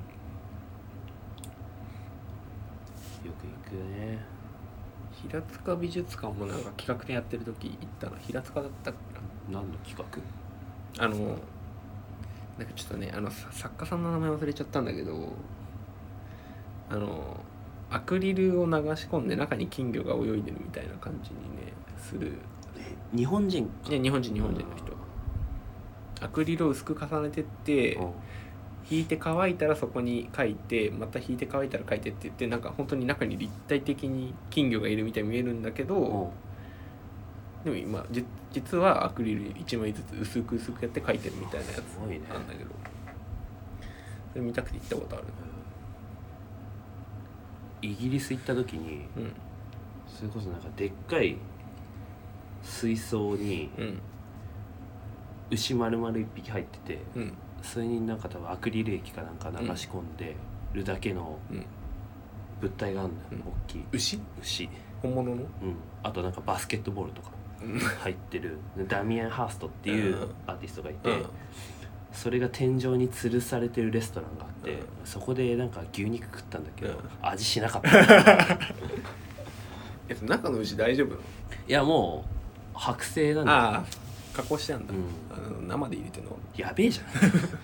Speaker 1: く行くね。
Speaker 2: 平塚美術館もなんか企画展やってる時行ったな。平塚だったっけ
Speaker 1: な。何の企画？
Speaker 2: あのなんかちょっとね、あの作家さんの名前忘れちゃったんだけど、あのアクリルを流し込んで中に金魚が泳いでるみたいな感じにねする。
Speaker 1: 日本人？
Speaker 2: いや、日本人日本人の人。アクリルを薄く重ねてって、引いて乾いたらそこに書いて、また引いて乾いたら書いてって言って、なんか本当に中に立体的に金魚がいるみたいに見えるんだけど、でも今じ実はアクリルいちまいずつ薄く薄くやって書いてるみたいなやつなんだけど、それ見たくて行ったことある。
Speaker 1: イギリス行った時に、うん、それこそなんかでっかい水槽に牛丸々一匹入ってて、うん、それになんか多分アクリル液かなんか流し込んでるだけの物体があるんだよ、うん、大きい
Speaker 2: 牛
Speaker 1: 牛
Speaker 2: 本物の、うん、
Speaker 1: あとなんかバスケットボールとか入ってるダミアン・ハーストっていうアーティストがいて、うん、それが天井に吊るされてるレストランがあって、うん、そこでなんか牛肉食ったんだけど、うん、味しなかった
Speaker 2: 中の牛大丈夫なの？
Speaker 1: いや、もう剥製なんだよ。
Speaker 2: ああ、加工してあんだ、うん、あの生で入れてんの
Speaker 1: やべえじゃん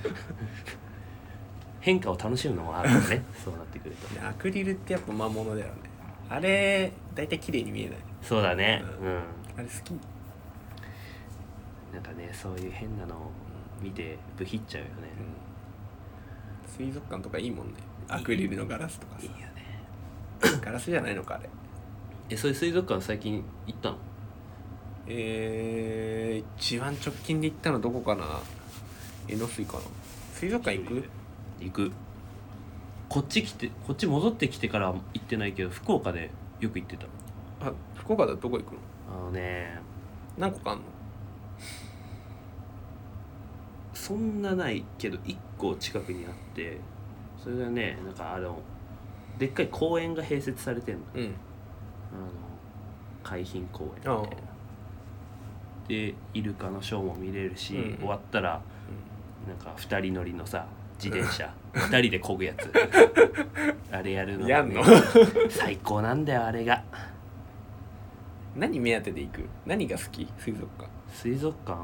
Speaker 1: 変化を楽しむのもあるよねそうなってくると。
Speaker 2: アクリルってやっぱ魔物だよね。あれだいたい綺麗に見えない。
Speaker 1: そうだね、うん、うん、
Speaker 2: あれ好き。
Speaker 1: なんかね、そういう変なのを見てブヒっちゃうよね、
Speaker 2: うん、水族館とかいいもんね。アクリルのガラスとかさ。いいよねガラスじゃないのかあれ。
Speaker 1: え、そういう水族館最近行ったの？
Speaker 2: えー、一番直近で行ったのどこかな。江ノ水かな。水族館行く？
Speaker 1: 行く。こっち来て、こっち戻ってきてから行ってないけど、福岡でよく行ってた。
Speaker 2: あ、福岡だとどこ行くの？
Speaker 1: あのね、
Speaker 2: 何個かあんの？
Speaker 1: そんなないけどいっこ近くにあって、それがね、なんかあのでっかい公園が併設されてんの、うん、あの海浜公園みたいなで、イルカのショーも見れるし、うん、終わったら、うん、なんかふたり乗りのさ自転車ふたりで漕ぐやつあれやるの、ね、
Speaker 2: やんの
Speaker 1: 最高なんだよあれが。
Speaker 2: 何目当てで行く？何が好き？水族館。
Speaker 1: 水族館、うん、う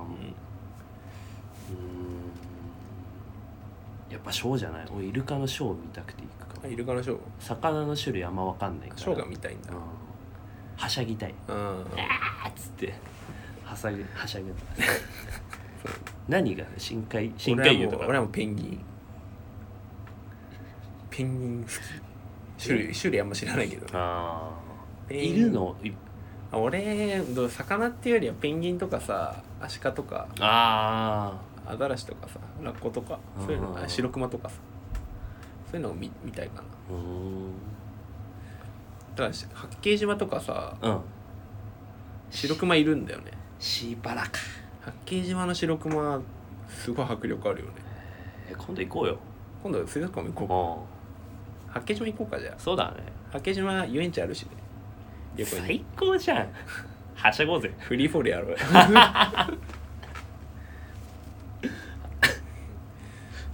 Speaker 1: ーん、やっぱショーじゃない。俺イルカのショー見たくて行くかも。
Speaker 2: イルカのショー。
Speaker 1: 魚の種類あんま分かんないから
Speaker 2: ショーが見たいんだ、うん、
Speaker 1: はしゃぎたい、うん、あーっつってはしゃぐはしゃぐ何が深海深海魚とか。
Speaker 2: 俺はもうペンギン。ペンギン好き。種類種類あんま知らないけど、ね、
Speaker 1: ああいるの？
Speaker 2: 俺魚っていうよりはペンギンとかさ、アシカとか、
Speaker 1: あ
Speaker 2: あアザラシとかさ、ラッコとか、そういうの、シロクマとかさ、そういうのを 見, 見たいかな。うん。だから八景島とかさ、うん、シロクマいるんだよね。
Speaker 1: しばらく。
Speaker 2: 八景島のシロクマすごい迫力あるよね。
Speaker 1: え、今度行こうよ。
Speaker 2: 今度水族館も行こうか。八景島行こうか。じゃあ
Speaker 1: そうだね。
Speaker 2: 八景島遊園地あるしね。
Speaker 1: 最高じゃんはしゃごうぜ。
Speaker 2: フリーフォールやろう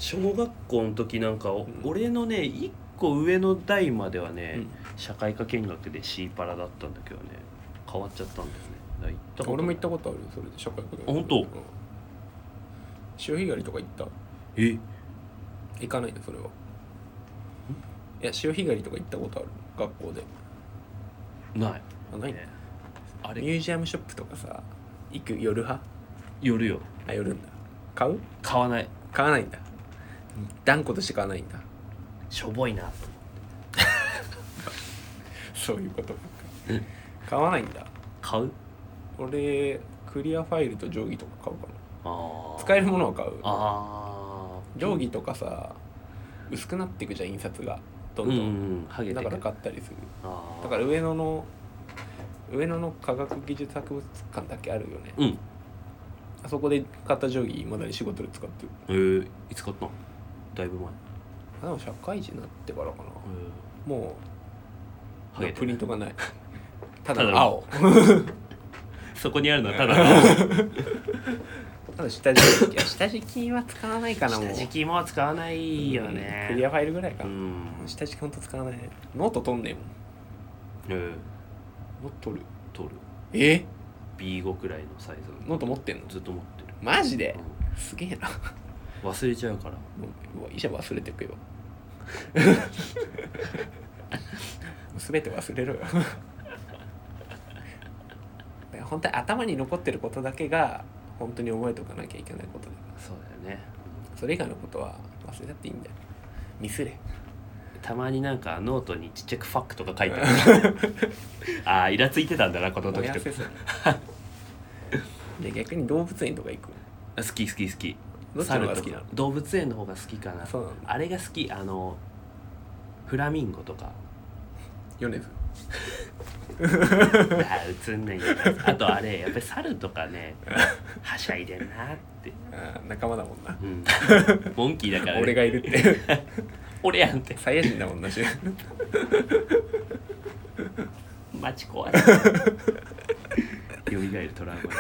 Speaker 1: 小学校の時なんか、
Speaker 2: ん
Speaker 1: 俺のねいっこ上の代まではね、
Speaker 2: うん
Speaker 1: 社会科見学でシーパラだったんだけどね、変わっちゃったんだよね。だから行ったことない。
Speaker 2: 俺も行ったことあるよそれで社会科で。
Speaker 1: あ本当
Speaker 2: うん潮干狩りとか行った？
Speaker 1: え
Speaker 2: 行かないんだそれは。いや潮干狩りとか行ったことある学校で。
Speaker 1: ない
Speaker 2: あない、
Speaker 1: ねあれ
Speaker 2: ミュージアムショップとかさ行く夜派？
Speaker 1: 夜よ。
Speaker 2: あ夜んだ。買う？
Speaker 1: 買わない。
Speaker 2: 買わないんだ。断固として買わないんだ。
Speaker 1: しょぼいなと。
Speaker 2: そういうことか。買わないんだ。
Speaker 1: 買う？
Speaker 2: 俺クリアファイルと定規とか買うかな。
Speaker 1: ああ
Speaker 2: 使えるものは買う。
Speaker 1: ああ
Speaker 2: 定規とかさ薄くなっていくじゃん印刷がどんどん、
Speaker 1: うんうんハゲてく
Speaker 2: だから買ったりする。
Speaker 1: あー
Speaker 2: だから上野の上野の科学技術博物館だけあるよね。
Speaker 1: うん
Speaker 2: あそこで買った定規まだに仕事で使ってる。
Speaker 1: えー、いつ買ったの？だいぶ前。
Speaker 2: あでも社会人になってからかな。もう
Speaker 1: ハゲてる
Speaker 2: プリントがない。ただ
Speaker 1: ただの
Speaker 2: の青。
Speaker 1: そこにあるのはただの
Speaker 2: ただ下敷き。いや下敷きは使わないかなもう。
Speaker 1: 下敷きも使わないよ
Speaker 2: うん
Speaker 1: ね。
Speaker 2: クリアファイルぐらいか。
Speaker 1: うん
Speaker 2: 下敷きほんと使わない。ノート取んねえもん。
Speaker 1: えー、
Speaker 2: ノート取る。
Speaker 1: 取る
Speaker 2: え
Speaker 1: ビーご くらいのサイズ
Speaker 2: ノート持ってんの？
Speaker 1: ずっと持ってる、
Speaker 2: マジで
Speaker 1: う
Speaker 2: すげえな。
Speaker 1: ん、忘れちゃうから。
Speaker 2: うわいいじゃん忘れてくよ。全て忘れろよ。だから本当に頭に残ってることだけが本当に覚えておかなきゃいけないことだ。
Speaker 1: そうだよね。
Speaker 2: それ以外のことは忘れたっていいんだよ。ミスれ。
Speaker 1: たまになんかノートにちっちゃくファックとか書いてあるああイラついてたんだなこの時とか。
Speaker 2: 燃やせそう。で逆に動物園とか行く？
Speaker 1: 好き好き好き。
Speaker 2: どっちの方が好きなの？
Speaker 1: 猿とか動物園の方が好きかな。
Speaker 2: そうなんだ。
Speaker 1: あれが好き。あのフラミンゴとか
Speaker 2: 米津。
Speaker 1: あ映んないんだ。あとあれやっぱり猿とかねはしゃいでんなって。
Speaker 2: あー仲間だもんな。
Speaker 1: うんモンキーだから、ね、
Speaker 2: 俺がいるって。
Speaker 1: 俺やんって
Speaker 2: サイヤ人だもんな。
Speaker 1: 街怖いよみがえるトラウマ。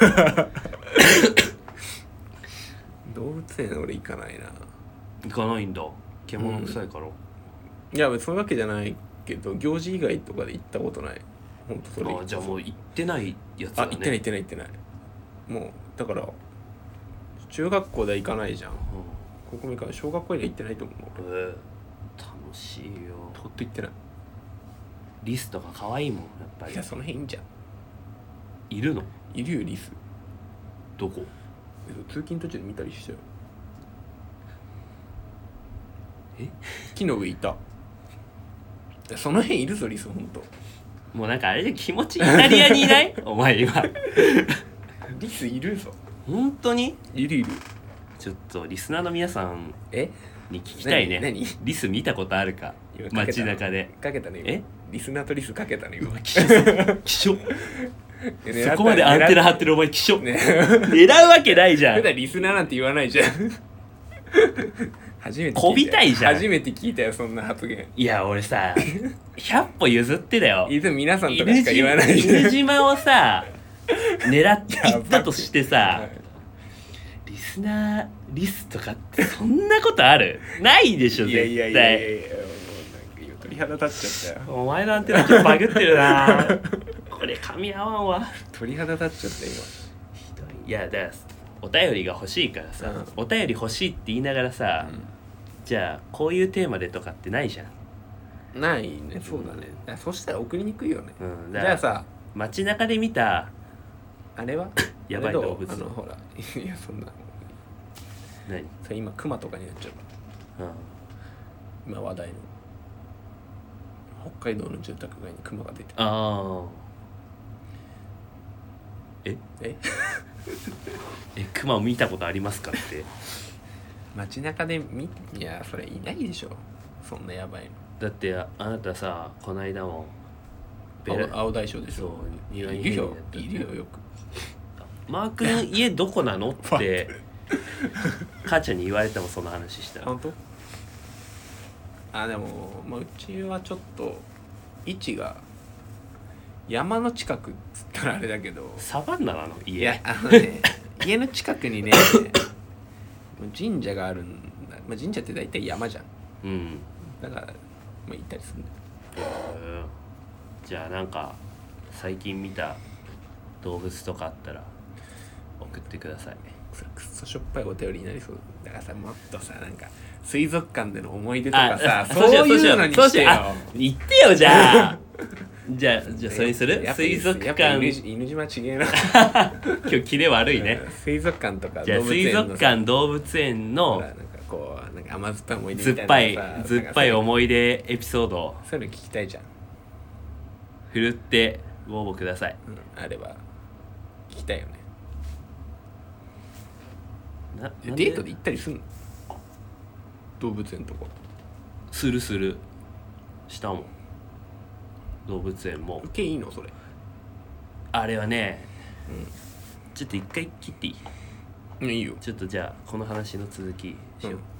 Speaker 2: 動物園俺行かないな。
Speaker 1: 行かないんだ。獣臭いから、
Speaker 2: いやそういうわけじゃないけど行事以外とかで行ったことない。ほんとそれ。
Speaker 1: あじゃあもう行ってないやつだね。
Speaker 2: あ行ってない行ってない行ってない。もうだから中学校では行かないじゃん。
Speaker 1: う
Speaker 2: ここも行かない。小学校では行ってないと思う。
Speaker 1: ん、えー楽しいよ。
Speaker 2: ほんと行ってない。
Speaker 1: リスとか可愛いもんやっぱり。
Speaker 2: いやその辺いいんじゃん。
Speaker 1: いるの？
Speaker 2: いるよリス。
Speaker 1: どこ？
Speaker 2: え通勤途中で見たりしたよ。
Speaker 1: え
Speaker 2: 木の上いた。いやその辺いるぞリスほんと。
Speaker 1: もうなんかあれで気持ちイタリアにいないお前今
Speaker 2: リスいるぞ。
Speaker 1: 本当に？
Speaker 2: いるいる。
Speaker 1: ちょっとリスナーの皆さん
Speaker 2: え
Speaker 1: に聞きたいね。
Speaker 2: 何何
Speaker 1: リス見たことあるか？
Speaker 2: 今かけた
Speaker 1: 街中で。
Speaker 2: かけたね今。
Speaker 1: え
Speaker 2: リスナーとリスかけたね今。
Speaker 1: 気象そこまでアンテナ張ってるお前気象、
Speaker 2: ね
Speaker 1: 狙うわけないじゃん。
Speaker 2: 普段リスナーなんて言わないじゃん。初めて聞いたよ。
Speaker 1: こびたいじゃん
Speaker 2: 初めて聞いたよそんな発言。
Speaker 1: いや俺さひゃっぽ譲ってだよ。
Speaker 2: いつも皆さんとかしか言わないじゃん。
Speaker 1: 犬島をさ狙っていったとしてさ
Speaker 2: はい
Speaker 1: リスナーリスとかってそんなことある？ないでしょ
Speaker 2: いやいやいやいやいや
Speaker 1: 絶
Speaker 2: もうなんか今鳥肌立っちゃったよ。
Speaker 1: 対。お前のアンテナちょっとバグってるなこれ噛み合わんわ。
Speaker 2: 鳥肌立っちゃった今。
Speaker 1: ひどい。いやだからお便りが欲しいからさ、
Speaker 2: う
Speaker 1: お便り欲しいって言いながらさ、じゃあこういうテーマでとかってないじゃん。
Speaker 2: ないね。そうだね。あそしたら送りにくいよね。
Speaker 1: うん、だから
Speaker 2: じゃあさ
Speaker 1: 街中で見た
Speaker 2: あれは
Speaker 1: やばい
Speaker 2: あれどう
Speaker 1: 動物
Speaker 2: あのほらいやそんな
Speaker 1: 何、
Speaker 2: それ今クマとかになっちゃうから
Speaker 1: うん、
Speaker 2: 今話題の北海道の住宅街にクマが出てる。
Speaker 1: ああえ
Speaker 2: え
Speaker 1: えクマを見たことありますかって。
Speaker 2: 街中で見いやそれいないでしょそんなやばいの。
Speaker 1: だってああなたさこの間もベラ
Speaker 2: 青青大将でし
Speaker 1: そう
Speaker 2: ょ。
Speaker 1: 庭に
Speaker 2: いるよ
Speaker 1: やった
Speaker 2: いるよよく。
Speaker 1: マー君家どこなのって母ちゃんに言われてもその話したら
Speaker 2: 本当？あでも、まあ、うちはちょっと位置が山の近くっつったらあれだけど、
Speaker 1: サバンナなの家。
Speaker 2: いやあのね家の近くにね神社があるんだまあ、神社って大体山じゃん。
Speaker 1: うん
Speaker 2: だからまあ行ったりするんだよ。
Speaker 1: うんじゃあなんか最近見た動物とかあったら送ってください。
Speaker 2: それくっそしょっぱいお便りになりそうだからさ、もっとさなんか水族館での思い出とかさ、そういうのにしてよ。
Speaker 1: 言ってよじゃあじゃあじゃあそれにする。
Speaker 2: やっぱ
Speaker 1: 水族
Speaker 2: やっぱ
Speaker 1: 館
Speaker 2: 犬犬島ちげえな
Speaker 1: 今日キレ悪いね。
Speaker 2: 水族館とか
Speaker 1: じゃあ水族館動物園の
Speaker 2: ほらなんかこうなんか甘酸っぱい思い出
Speaker 1: 酸っ
Speaker 2: みた
Speaker 1: ぱい
Speaker 2: いなさ
Speaker 1: 酸っぱい思い出エピソードを
Speaker 2: そういうの聞きたいじゃん、
Speaker 1: ふるってご応募ください。
Speaker 2: うん、あれば聞きたいよね。
Speaker 1: ななん
Speaker 2: デートで行ったりすんの？動物園とか
Speaker 1: するするしたもん。動物園も
Speaker 2: 受けいいのそれ？
Speaker 1: あれはね、
Speaker 2: う
Speaker 1: ちょっと一回切っていい？
Speaker 2: んいいよ。
Speaker 1: ちょっとじゃあこの話の続きしよう、
Speaker 2: うん